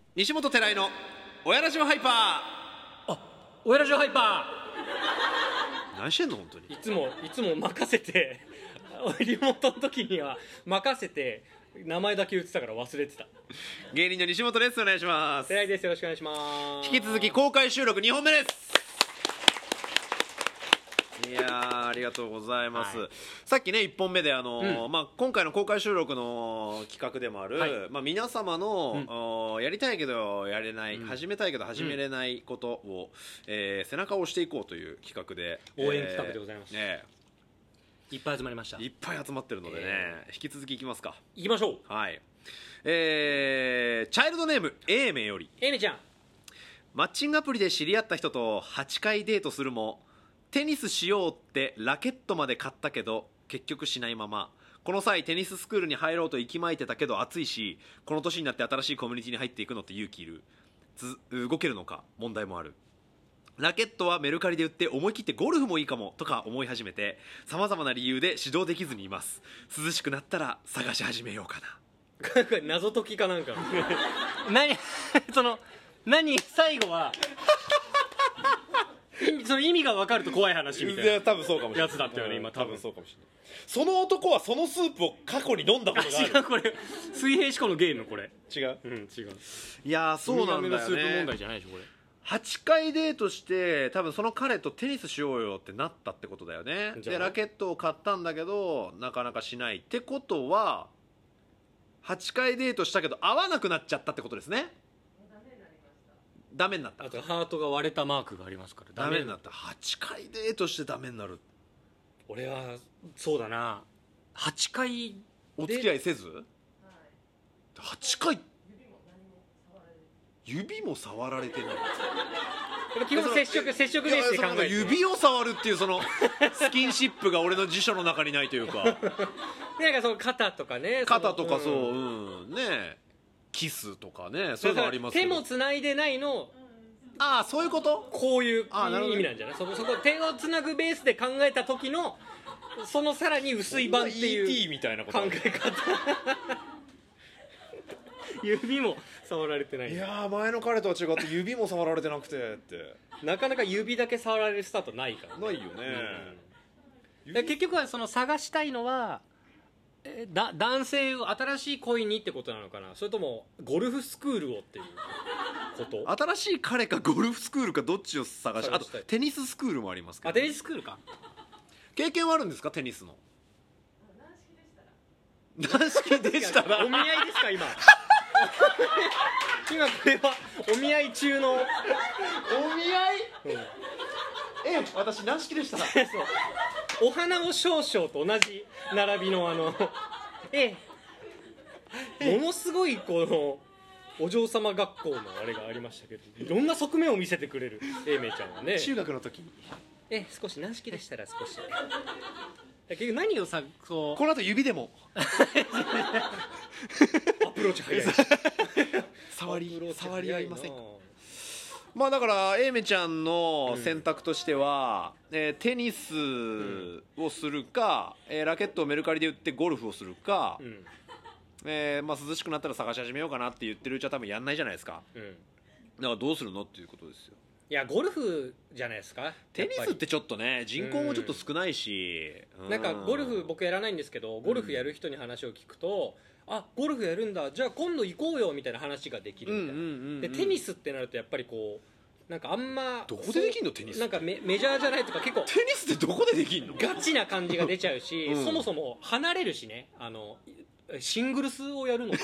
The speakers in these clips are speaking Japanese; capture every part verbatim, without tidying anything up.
西本寺井の親ラジオハイパー。 あ、親ラジオハイパー何してんの本当に。 ー。いつもいつも任せてリモートの時には任せて名前だけ言ってたから忘れてた。 芸人の西本です。お願いします。 寺井です。よろしくお願いします。 引き続き公開収録にほんめです。いやーありがとうございます、はい、さっきねいっぽんめであのーうんまあ、今回の公開収録の企画でもある、はいまあ、皆様の、うん、やりたいけどやれない、うん、始めたいけど始めれないことを、うんえー、背中を押していこうという企画で応援企画でございます、えー、いっぱい集まりました。 いっぱい集まってるのでね、えー、引き続きいきますか。 いきましょう。 はいえー、チャイルドネーム A 名より。 A 名ちゃん、 マッチングアプリで知り合った人とはちかいデートするもテニスしようってラケットまで買ったけど結局しないまま、この際テニススクールに入ろうと息巻いてたけど暑いし、この年になって新しいコミュニティに入っていくのって勇気いる。つ動けるのか問題もある。ラケットはメルカリで売って思い切ってゴルフもいいかもとか思い始めて、さまざまな理由で指導できずにいます。涼しくなったら探し始めようかな。 謎解きかなんか何その何最後はその意味が分かると怖い話みたいな。 多分そうかもしれない。 やつだったよね今。多分そうかもしれない。その男はそのスープを過去に飲んだことがある。 違う、これ水平思考のゲーム。これ違う、 うん違う。 いやそうなんだよね。 スープ問題じゃないでしょこれ。 はちかいデートして多分その彼とテニスしようよってなったってことだよね。でラケットを買ったんだけどなかなかしないってことは、はちかいデートしたけど合わなくなっちゃったってことですね。ダメになった。 あとハートが割れたマークがありますからダメになった。はちかいデートしてダメになる。 俺はそうだな、はちかいお付き合いせず、はい、はちかい指も触られてない。 基本接触接触ベースで考えて、 指を触るっていうそのスキンシップが俺の辞書の中にないというかなんかその肩とかね、 肩とかそう、うん、ねキスとかね、そういうのありますけど、 手もつないでないの。 ああそういうこと。 こういう意味なんじゃない。そこそこ手をつなぐベースで考えた時のそのさらに薄い版っていうイーティー みたいなこと考え方指も触られてない。 いや前の彼とは違って指も触られてなくてってなかなか指だけ触られるスタートないから、ね、 ないよね、 うん、結局はその探したいのはえだ男性を新しい恋にってことなのかな、それともゴルフスクールをっていうこと。 新しい彼かゴルフスクールかどっちを探し、あとテニススクールもありますけど、 あテニススクールか。経験はあるんですかテニスの。軟式でしたらお見合いですか今今これはお見合い中のお見合い、 うん、え私軟式でしたらそうお花を少々と同じ並びのあのええものすごいこのお嬢様学校のあれがありましたけど、いろんな側面を見せてくれる英明ちゃんはね。 中学の時にえ少し軟式でしたら少し結局何をさこうこの後指でもアプローチ早い触り触り合いませんか。まあだからエイメちゃんの選択としては、うんえー、テニスをするか、うんえー、ラケットをメルカリで売ってゴルフをするか、うんえーまあ、涼しくなったら探し始めようかなって言ってるうちは多分やんないじゃないですか、うん、だからどうするのっていうことですよ。 いやゴルフじゃないですか。 テニスってちょっとね人口もちょっと少ないし、 うん、なんかゴルフ僕やらないんですけど、ゴルフやる人に話を聞くと、うん、あゴルフやるんだじゃあ今度行こうよみたいな話ができるみたいな、うんうんうんうん、でテニスってなるとやっぱりこうなんかあんまどこでできんのテニスなんか メ, メジャーじゃないとか結構テニスってどこでできんのガチな感じが出ちゃうし、うん、そもそも離れるしね、あのシングルスをやるのこれ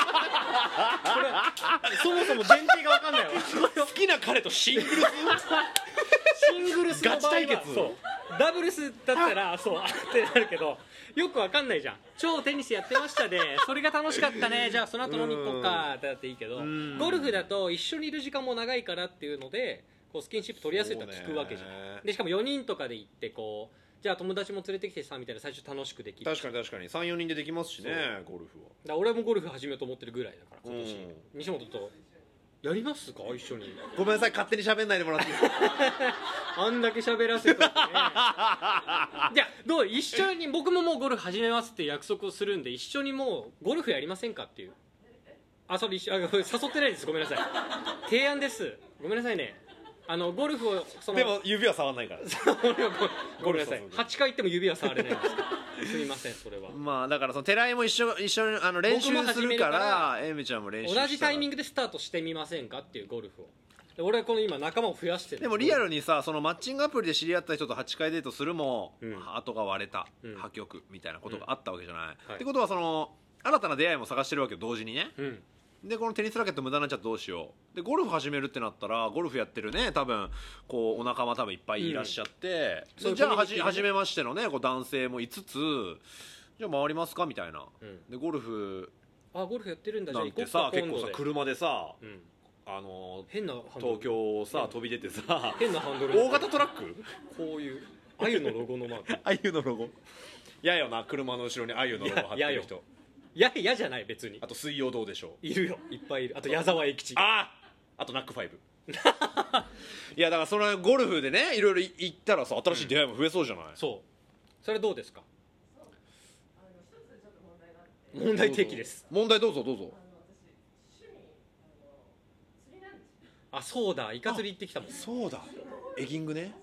そもそも前提が分かんないわ好きな彼とシングルスシングルスの場合はガチ対決そうダブルスだったらそうってなるけどよく分かんないじゃん。超テニスやってましたでそれが楽しかったねじゃあその後飲み行こうかってなっていいけど、ゴルフだと一緒にいる時間も長いからっていうのでこうスキンシップ取りやすいと聞くわけじゃん。でしかもよにんとかで行ってこうじゃあ友達も連れてきてさみたいな最初楽しくできる。 確かに確かに さんよにんでできますしねゴルフは。 だ俺もゴルフ始めようと思ってるぐらいだから今年、うん、西本とやりますか一緒に。 ごめんなさい勝手に喋んないでもらっていいですかあんだけ喋らせといてねじゃあどう一緒に僕ももうゴルフ始めますって約束をするんで一緒にもうゴルフやりませんかっていうあそれ一緒あ誘ってないです、ごめんなさい。提案です、ごめんなさいね。あのゴルフをそのでも指は触らないからごめんなさい、はちかい行っても指は触れないんですすみません、それは。 まあだからその寺井も一緒一緒にあの練習するからエミちゃんも練習したら同じタイミングでスタートしてみませんかっていうゴルフを。で俺はこの今仲間を増やしてる。 でもリアルにさ、そのマッチングアプリで知り合った人とはちかいデートするも、 うんハートが割れた、 うん破局みたいなことがあったわけじゃない、 はいってことはその新たな出会いも探してるわけよ、同時にね。 うんでこのテニスラケット無駄になっちゃってどうしよう、でゴルフ始めるってなったらゴルフやってるね多分こうお仲間多分いっぱいいらっしゃって、 うんでじゃあはそういうコミュニティねじ初めましてのねこう男性もいつつ、じゃあ回りますかみたいな、 うんでゴルフあゴルフやってるんだ、じゃなんてあ行こうかさ結構さ今度で。 車でさ、 うんあの変なハンドル東京をさ飛び出てさ変なハンドル大型トラックこういうあゆのロゴのマークあゆのロゴやよな、車の後ろにあゆのロゴ貼ってる人。 いや嫌じゃない別に。 あと水曜どうでしょう、 いるよ、いっぱいいる。あと矢沢永吉。 ああとナックファイブいやだからそのゴルフでねいろいろ行ったらさ新しい出会いも増えそうじゃない、 そうそれどうですか。問題提起です。 問題どうぞどうぞ。 あそうだ、イカ釣り行ってきたもん。 そうだエギングね。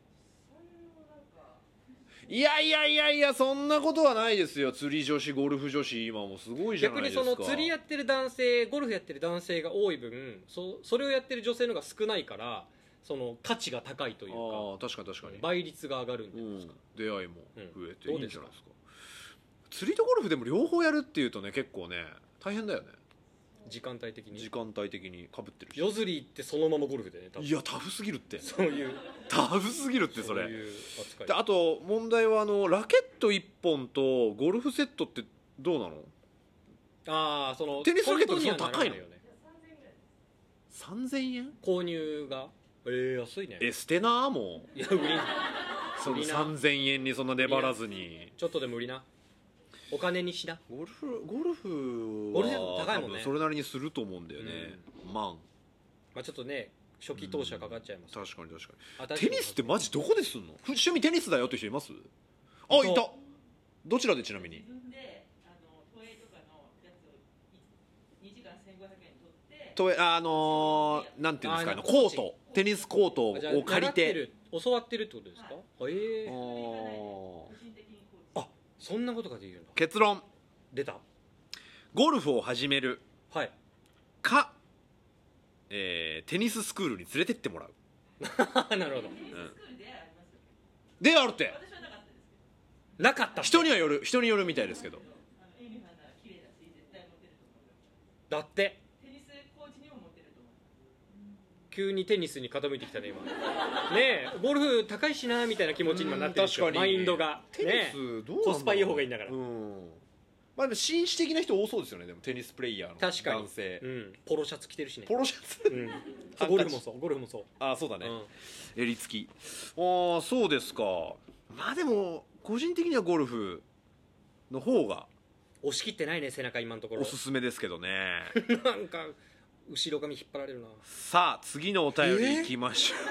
いやいやいやいやそんなことはないですよ。釣り女子ゴルフ女子今もすごいじゃないですか。 逆にその釣りやってる男性、ゴルフやってる男性が多い分、そそれをやってる女性の方が少ないから、その価値が高いというか、 ああ確かに確かに、 倍率が上がるんじゃないですか。 うん、出会いも増えていうんいんじゃないですか。釣りとゴルフでも両方やるっていうとね結構ね大変だよね。 時間帯的に。 時間帯的にかぶってるし、 夜釣り行ってそのままゴルフでね、多分いやタフすぎるって、 そういうタフすぎるってそれ。 そういう扱いであと問題はあのラケットいっぽんとゴルフセットってどうなの。 ああそのテニスラケットってポイントにはならなそんな高いのよね、 さんぜんえん。 購入がえー、安いね。 え捨てなもういや売りその売りなさんぜんえんにそんな粘らずに。 ちょっとでも売りな、お金にしな。 ゴルフゴルフゴルフは高いもんね多分それなりにすると思うんだよね、万。 まあちょっとね初期投資はかかっちゃいます、 確かに確かあに。テニスってマジどこですんの。ふ趣味テニスだよって人います。あそういた。どちらでちなみに。 自分であの都営とかのやつをにじかんせんごひゃくえん取ってとあのー、なんていうんですかあのあコートテニスコートあじゃあを借り習っててる教わってるってことですか。ええあー個人的にこうあそんなことができるんだ。 結論出た。 ゴルフを始めるはいか、えーテニススクールに連れてってもらう。 なるほど。 うんスクールでありますよ。 であるって私はなかったですけど、 なかったって人にはよる人によるみたいですけど。 あのエミファンなら綺麗だし絶対モテると思うよ。 だってテニスコーチにもモテると思う。 急にテニスに傾いてきたね今ねえゴルフ高いしなみたいな気持ちに今なってるでしょ。 うん確かにマインドがテニねスどうなんだろうコスパいい方がいいんだからうんまあでも紳士的な人多そうですよね。でもテニスプレイヤーの確かに男性、 うん、ポロシャツ着てるしねポロシャツ、 うん、ゴルフもそうゴルフもそう、 あそうだね、 うん襟付き。ああそうですか。まあでも個人的にはゴルフの方が押し切ってないね背中今のところおすすめですけどねなんか後ろ髪引っ張られるな。 さあ次のお便りいきましょ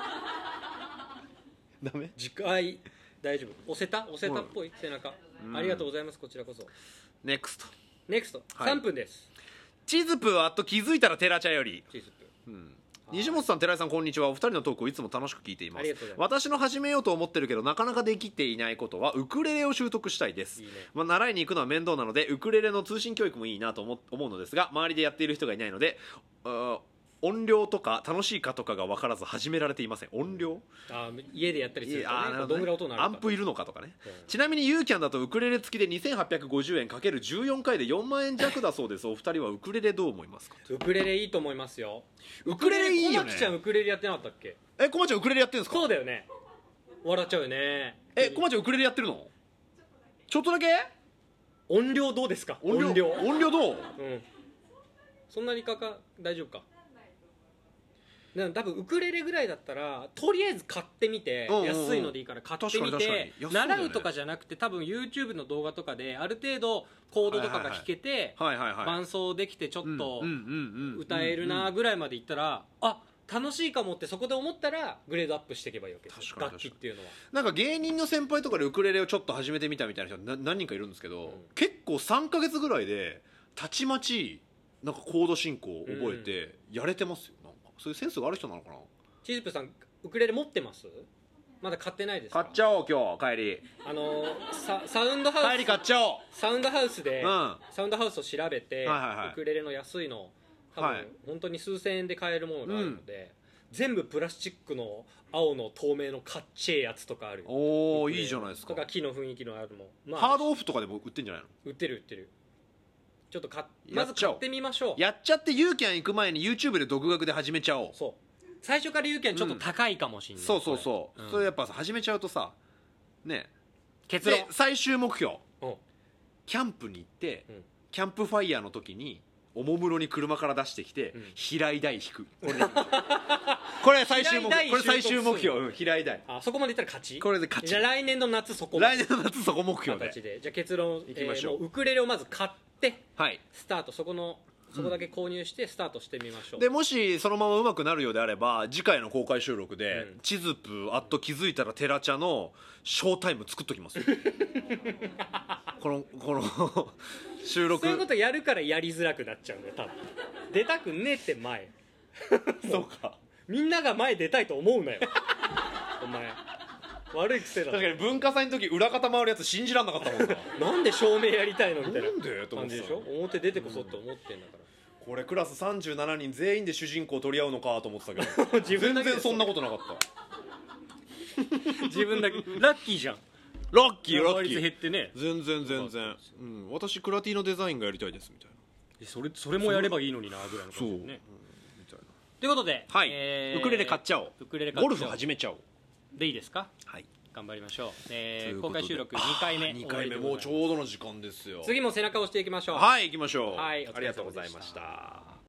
う、ダメ。 次回大丈夫押せた押せたっぽい背中うんありがとうございます。こちらこそ。 ネクストネクスト、 はいさんぷんです。 チーズプーあと気づいたらテラチャより、 チーズップうん西本さん寺井さんこんにちは。お二人のトークをいつも楽しく聞いています。 ありがとうございます私の始めようと思ってるけどなかなかできていないことはウクレレを習得したいです。 いいねまあ、習いに行くのは面倒なのでウクレレの通信教育もいいなと思思うのですが周りでやっている人がいないのであ音量とか楽しいかとかが分からず始められていません。音量あ家でやったりするとねあーなるほどんぐらい音鳴るかアンプいるのかとかね、 うんちなみにユーキャンだとウクレレ付きでにせんはっぴゃくごじゅうえんかけるじゅうよんかいでよんまんえん弱だそうです。お二人はウクレレどう思いますか。 ウクレレいいと思いますよ。 ウクレレいいよね小牧ちゃんウクレレやってなかったっけ。 えこまちゃんウクレレやってるんですか。 そうだよね笑っちゃうよね。 えこまちゃんウクレレやってるの。ちょっとだけ。 音量どうですか。 音量音量どう。 うんそんなにかか大丈夫か。でも多分ウクレレぐらいだったらとりあえず買ってみて、 うんうんうん安いのでいいから買ってみ確かに確かにて、 安そうだよね習うとかじゃなくて多分 YouTube の動画とかである程度コードとかが弾けて、 はいはいはい伴奏できてちょっとうんうんうんうん歌えるなぐらいまでいったら、あ楽しいかもってそこで思ったらグレードアップしていけばいいわけですよ。 確かに楽器っていうのは。 なんか芸人の先輩とかでウクレレをちょっと始めてみたみたいな人な何人かいるんですけど、 うん結構さんかげつぐらいでたちまちなんかコード進行を覚えてやれてますよ。なんかそういうセンスがある人なのかな。 チーズプさんウクレレ持ってます？まだ買ってないですか？ 買っちゃおう今日帰り。 あのササウンドハウス帰り買っちゃおう。 サウンドハウスで、 うん、 サウンドハウスを調べて、 はいはいはい、 ウクレレの安いの多分、はい、本当に数千円で買えるものがあるので、うん、全部プラスチックの青の透明のかっちええやつとかあるよ。 おおいいじゃないですか。 とか木の雰囲気のあるも、 まあ、ハードオフとかでも売ってんじゃないの？ 売ってる売ってる。ちょっとかまず買ってみましょう。 やっちゃってユーキャン行く前に YouTube で独学で始めちゃおう。 そう最初からユーキャンちょっと高いかもしれない、 うん、そうそうそう、うん、それやっぱさ始めちゃうとさね、 結論最終目標、 うん、 キャンプに行って、うん、キャンプファイヤーの時におもむろに車から出してきて、うん、平井台引くこれ最終目標。これ最終目標、うん、平井台。 あそこまでいったら勝ち。 これで勝ち。 じゃあ来年の夏そこ来年の夏そこ目標で。 でじゃあ結論いきましょう、 えー、もうウクレレをまず買って、 はい、 スタートそこのそこだけ購入してスタートしてみましょう、うん、 でもしそのまま上手くなるようであれば次回の公開収録で、うん、チズプあっと気づいたらテラチャのショータイム作っときますよこのこの収録そういうことやるからやりづらくなっちゃうんだよ多分出たくねえって前そうかみんなが前出たいと思うなよお前悪い癖だ。 確かに文化祭の時裏方回るやつ信じらんなかったもんななんで照明やりたいのみたいななんでと思って感じでしょ。表出てこそって思ってんだから、 うん、これクラスさんじゅうななにん全員で主人公取り合うのかと思ってたけど自分全然そんなことなかった自分だけラッキーじゃん。 ラッキーラッキー減ってね。 全然全然、うん、私クラティのデザインがやりたいですみたいな。 それそれもやればいいのになぐらいの感じでね。ということで、 はいえー、ウクレレ買っちゃおう。 ウクレレ買っちゃおう。 ゴルフ始めちゃおう。 でいいですか。 はい頑張りましょう、えー、公開収録にかいめにかいめもうちょうどの時間ですよ。 次も背中を押していきましょう。 はい行きましょう、 はい、 ありがとうございました。